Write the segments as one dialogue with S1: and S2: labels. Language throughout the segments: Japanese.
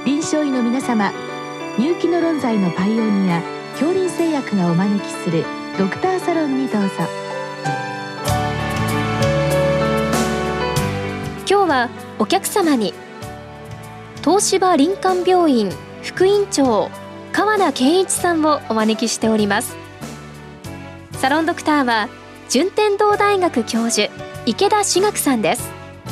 S1: 臨床医の皆様、入気の論剤のパイオニア恐林製薬がお招きするドクターサロンにどうぞ。
S2: 今日はお客様に東芝林間病院副院長川田健一さんをお招きしております。サロンドクターは順天堂大学教授池田志学さんです。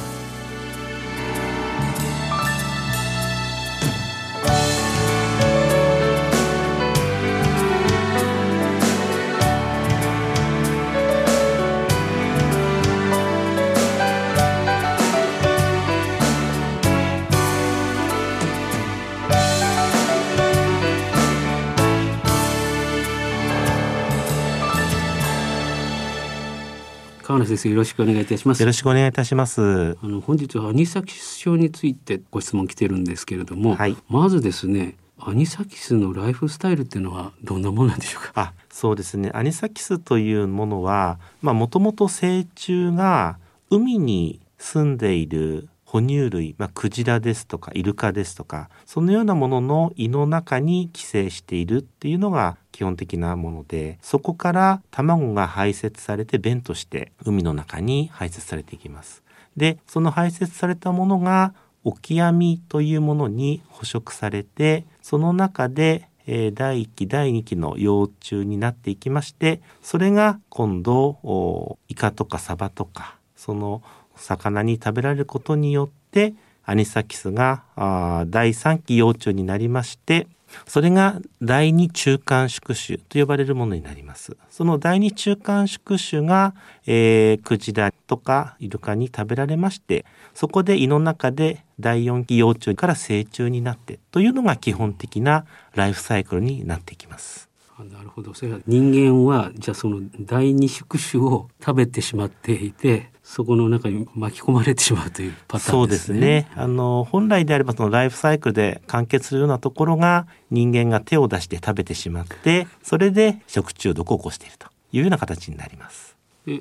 S3: 川名先生、よろしくお願いいたします。
S4: よろしくお願いいたします。
S3: 本日はアニサキス症についてご質問来てるんですけれども、
S4: はい、
S3: まずですね、アニサキスのライフスタイルっていうのはどんなものなんでしょうか。
S4: そうですね、アニサキスというものはもともと成虫が海に住んでいる哺乳類、クジラですとかイルカですとか、そのようなものの胃の中に寄生しているっていうのが基本的なもので、そこから卵が排泄されて便として海の中に排泄されていきます。で、その排泄されたものがオキアミというものに捕食されて、その中で第1期第2期の幼虫になっていきまして、それが今度イカとかサバとかその魚に食べられることによってアニサキスが第3期幼虫になりまして、それが第2中間宿主と呼ばれるものになります。その第2中間宿主が、クジラとかイルカに食べられまして、そこで胃の中で第4期幼虫から成虫になってというのが基本的なライフサイクルになっていきます。
S3: なるほど。それは人間はじゃあその第2宿主を食べてしまっていて、そこの中に巻き込まれてしまうというパターンですね。
S4: そうですね。本来であればそのライフサイクルで完結するようなところが人間が手を出して食べてしまって、それで食中毒を起こしているというような形になります。
S3: 第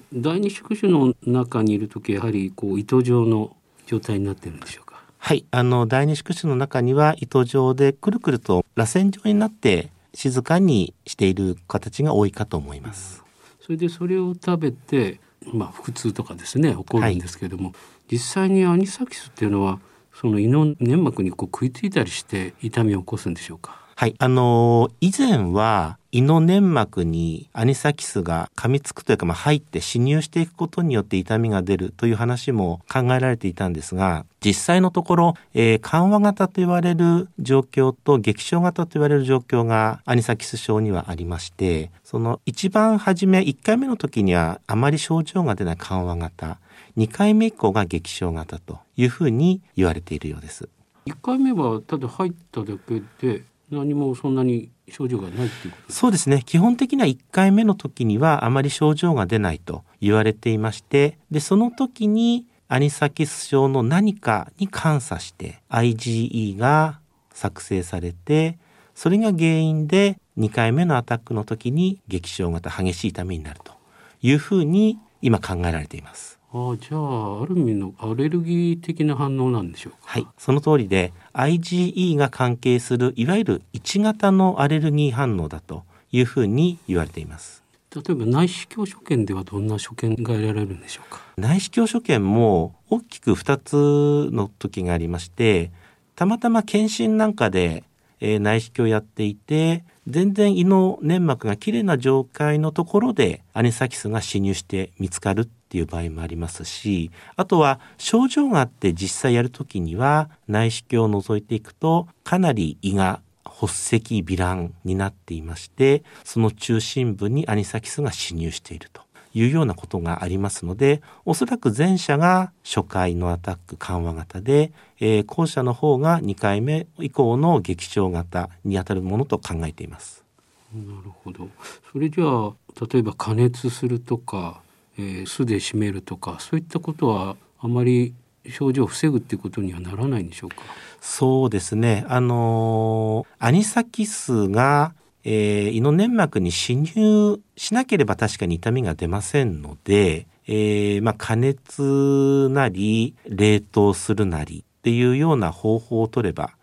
S3: 2宿主の中にいるとき、やはり糸状の状態になっているんでしょうか。
S4: はい、第2宿主の中には糸状でくるくると螺旋状になって静かにしている形が多いかと思います。
S3: それでそれを食べて、腹痛とかですね起こるんですけども、実際にアニサキスっていうのはその胃の粘膜に食いついたりして痛みを起こすんでしょうか。
S4: はい、以前は胃の粘膜にアニサキスが噛みつくというか、入って侵入していくことによって痛みが出るという話も考えられていたんですが、実際のところ、緩和型と言われる状況と激症型と言われる状況がアニサキス症にはありまして、その一番初め1回目の時にはあまり症状が出ない緩和型、2回目以降が激症型というふうに言われているようです。
S3: 1回目はただ入っただけで何もそんなに症状がないっていうことですか。
S4: そうですね。基本的には1回目の時にはあまり症状が出ないと言われていまして、でその時にアニサキス症の何かに感作して IgE が作成されて、それが原因で2回目のアタックの時に激症型激しい痛みになるというふうに今考えられています。
S3: じゃあある意味のアレルギー的な反応なんでしょうか。
S4: はい、その通りで IgE が関係するいわゆる1型のアレルギー反応だというふうに言われています。
S3: 例えば内視鏡所見ではどんな所見が得られるんでしょうか。
S4: 内視鏡所見も大きく2つの時がありまして、たまたま検診なんかで、内視鏡をやっていて、全然胃の粘膜がきれいな状態のところでアニサキスが侵入して見つかるっていう場合もありますし、あとは症状があって実際やるときには内視鏡を覗いていくとかなり胃が発石糜爛になっていまして、その中心部にアニサキスが侵入しているというようなことがありますので、おそらく前者が初回のアタック緩和型で、後者の方が2回目以降の激症型にあたるものと考えています。
S3: なるほど。それじゃあ例えば加熱するとか、酢で締めるとか、そういったことはあまり症状を防ぐっていうことにはならないんでしょうか。
S4: そうですね。アニサキスが胃の粘膜に侵入しなければ確かに痛みが出ませんので、加熱なり冷凍するなりっていうような方法を取れば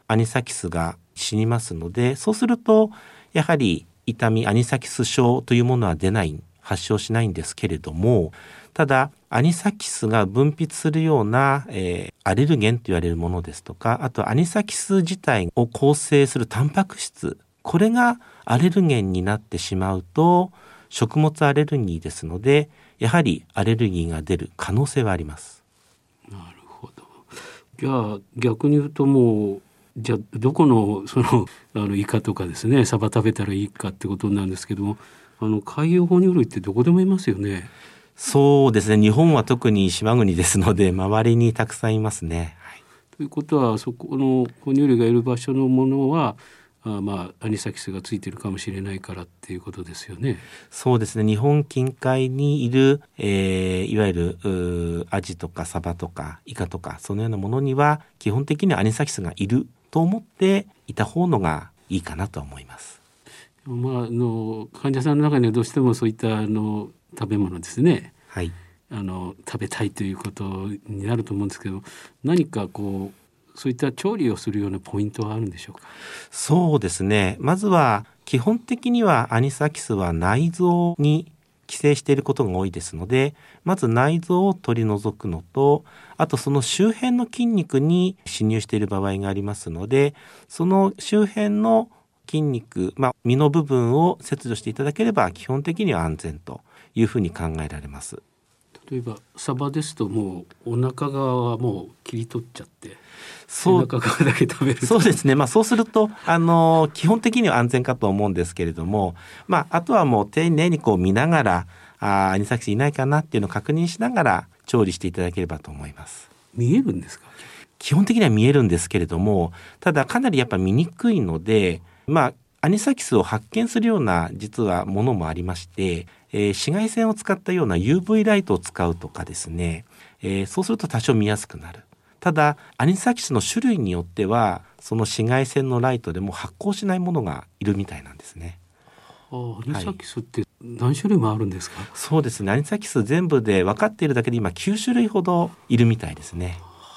S4: アニサキスが死にますので、そうするとやはり痛み、アニサキス症というものは発症しないんですけれども、ただアニサキスが分泌するような、アレルゲンと言われるものですとか、あとアニサキス自体を構成するタンパク質、これがアレルゲンになってしまうと食物アレルギーですので、やはりアレルギーが出る可能性はあります。
S3: なるほど。じゃあ逆に言うと、もうじゃあどこのイカとかですね、サバ食べたらいいかってことなんですけども、海洋哺乳類ってどこでもいますよね。
S4: そうですね、日本は特に島国ですので周りにたくさんいますね。はい、
S3: ということは、そこの哺乳類がいる場所のものはアニサキスがついているかもしれないからっていうことですよね。
S4: そうですね、日本近海にいる、いわゆるアジとかサバとかイカとかそのようなものには基本的にはアニサキスがいると思っていた方のがいいかなと思います。
S3: 患者さんの中にはどうしてもそういった食べ物ですね、
S4: はい、
S3: 食べたいということになると思うんですけど、何かそういった調理をするようなポイントはあるんでしょうか。
S4: そうですね、まずは基本的にはアニサキスは内臓に寄生していることが多いですので、まず内臓を取り除くのと、あとその周辺の筋肉に侵入している場合がありますので、その周辺の筋肉、身の部分を切除していただければ基本的には安全というふうに考えられます。
S3: 例えばサバですと、もうお腹側はもう切り取っちゃって背中側だけ食べる。
S4: そうですね、そうすると基本的には安全かと思うんですけれども、あとはもう丁寧に見ながらアニサキスいないかなっていうのを確認しながら調理していただければと思います。
S3: 見えるんですか。
S4: 基本的には見えるんですけれども、ただかなりやっぱ見にくいので、アニサキスを発見するような実はものもありまして、紫外線を使ったような UV ライトを使うとかですね、そうすると多少見やすくなる。ただアニサキスの種類によってはその紫外線のライトでも発光しないものがいるみたいなんですね。
S3: アニサキスって何種類もあるんですか。
S4: そうですね、アニサキス全部で分かっているだけで今9種類ほどいるみたいですね。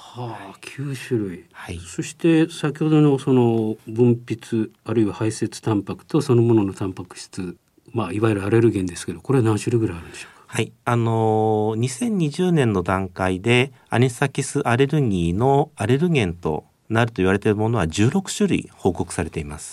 S3: 9種類、
S4: はい、
S3: そして先ほどのその分泌あるいは排泄タンパクとそのもののタンパク質、いわゆるアレルゲンですけど、これは何種類ぐらいあるんでしょうか。
S4: はい、2020年の段階でアニサキスアレルギーのアレルゲンとなると言われているものは16種類報告されています。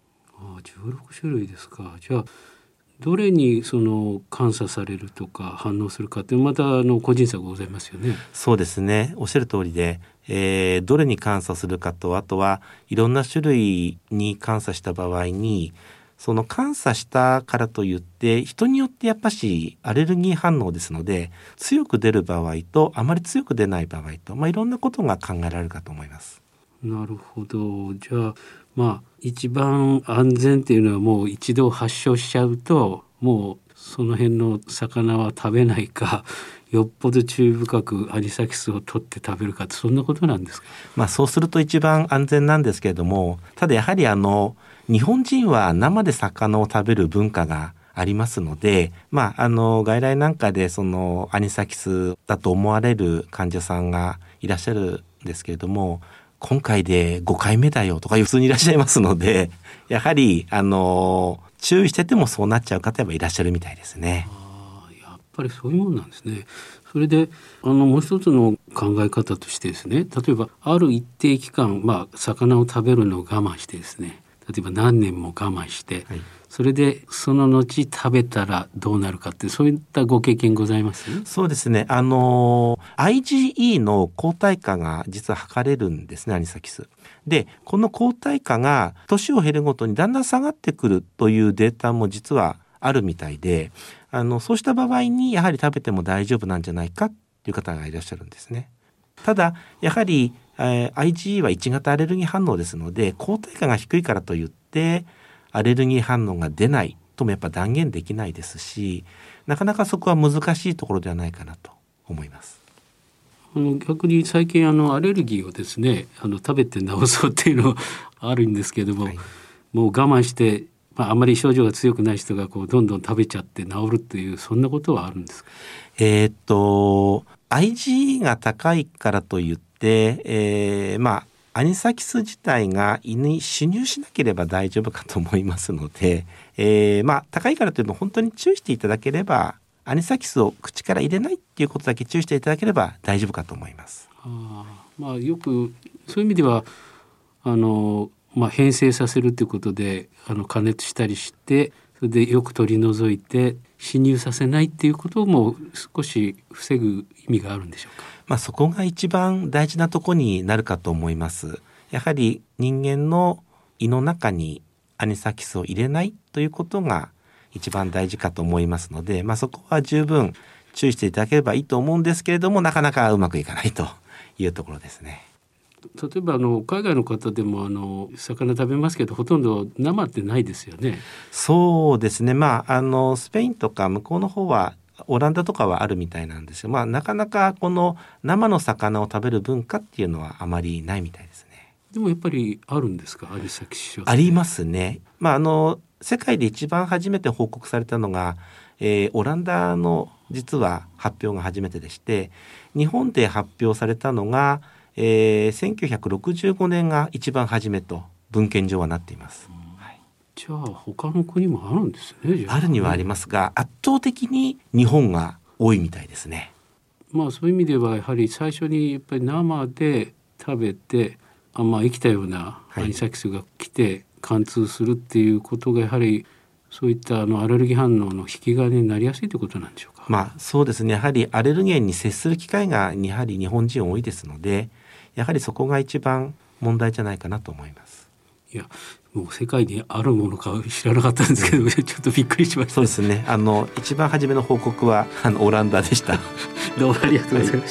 S3: 16種類ですか。じゃあどれに監査されるとか反応するかってまた個人差がございますよね。
S4: そうですね、おっしゃる通りで、どれに監査するかと、あとはいろんな種類に監査した場合に、その監査したからといって人によってやっぱしアレルギー反応ですので、強く出る場合とあまり強く出ない場合と、いろんなことが考えられるかと思います。
S3: なるほど。じゃあ一番安全っていうのは、もう一度発症しちゃうともうその辺の魚は食べないか、よっぽど注意深くアニサキスを取って食べるかって、そんなことなんですか。
S4: そうすると一番安全なんですけれども、ただやはり日本人は生で魚を食べる文化がありますので、外来なんかでそのアニサキスだと思われる患者さんがいらっしゃるんですけれども、今回で5回目だよとか普通にいらっしゃいますので、やはり注意しててもそうなっちゃう方はいらっしゃるみたいですね。
S3: やっぱりそういうものなんですね。それでもう一つの考え方としてですね、例えばある一定期間、魚を食べるのを我慢してですね、例えば何年も我慢して、はい、それでその後食べたらどうなるかって、そういったご経験ございます？
S4: そうですね、IgE の抗体価が実は測れるんですね、アニサキスで。この抗体価が年を経るごとにだんだん下がってくるというデータも実はあるみたいで、そうした場合にやはり食べても大丈夫なんじゃないかっていう方がいらっしゃるんですね。ただやはりIgE は1型アレルギー反応ですので、抗体価が低いからといってアレルギー反応が出ないともやっぱ断言できないですし、なかなかそこは難しいところではないかなと思います。
S3: 逆に最近アレルギーをですね食べて治そうっていうのはあるんですけども、はい、もう我慢して、あまり症状が強くない人がどんどん食べちゃって治るっていう、そんなことはあるんですかIgE
S4: が高いからといって、 アニサキス自体が胃に侵入しなければ大丈夫かと思いますので、高いからというのは本当に注意していただければ、アニサキスを口から入れないっていうことだけ注意していただければ大丈夫かと思います。
S3: よくそういう意味では変性させるということで加熱したりして、それでよく取り除いて侵入させないっていうことも少し防ぐ意味があるんでしょうか。
S4: そこが一番大事なところになるかと思います。やはり人間の胃の中にアニサキスを入れないということが一番大事かと思いますので、そこは十分注意していただければいいと思うんですけれども、なかなかうまくいかないというところですね。
S3: 例えば海外の方でも魚食べますけど、ほとんど生ってないですよね。
S4: そうですね。スペインとか向こうの方はオランダとかはあるみたいなんですが、なかなかこの生の魚を食べる文化っていうのはあまりないみたいですね。
S3: でもやっぱりあるんですか、アニサキス症。
S4: ありますね。世界で一番初めて報告されたのが、オランダの実は発表が初めてでして、日本で発表されたのが、1965年が一番初めと文献上はなっています。
S3: じゃあ他の国もあるんですね。
S4: あるにはありますが、圧倒的に日本が多いみたいですね。
S3: そういう意味ではやはり最初にやっぱり生で食べて生きたようなアニサキスが来て貫通するっていうことがやはりそういったアレルギー反応の引き金になりやすいということなんでしょうか。
S4: そうですね。やはりアレルゲンに接する機会がやはり日本人多いですので、やはりそこが一番問題じゃないかなと思います。
S3: いや、もう世界にあるものか知らなかったんですけどちょっとびっくりしました。
S4: そうですね。一番初めの報告はオランダでした。
S3: どうもありがとうございました。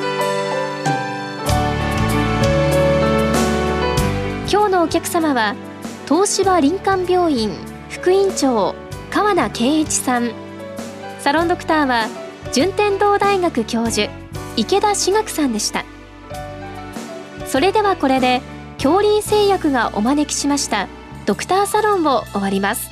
S2: 今日のお客様は東芝林間病院副院長川名健一さん。サロンドクターは順天堂大学教授池田志学さんでした。それではこれで恐林製薬がお招きしましたドクターサロンを終わります。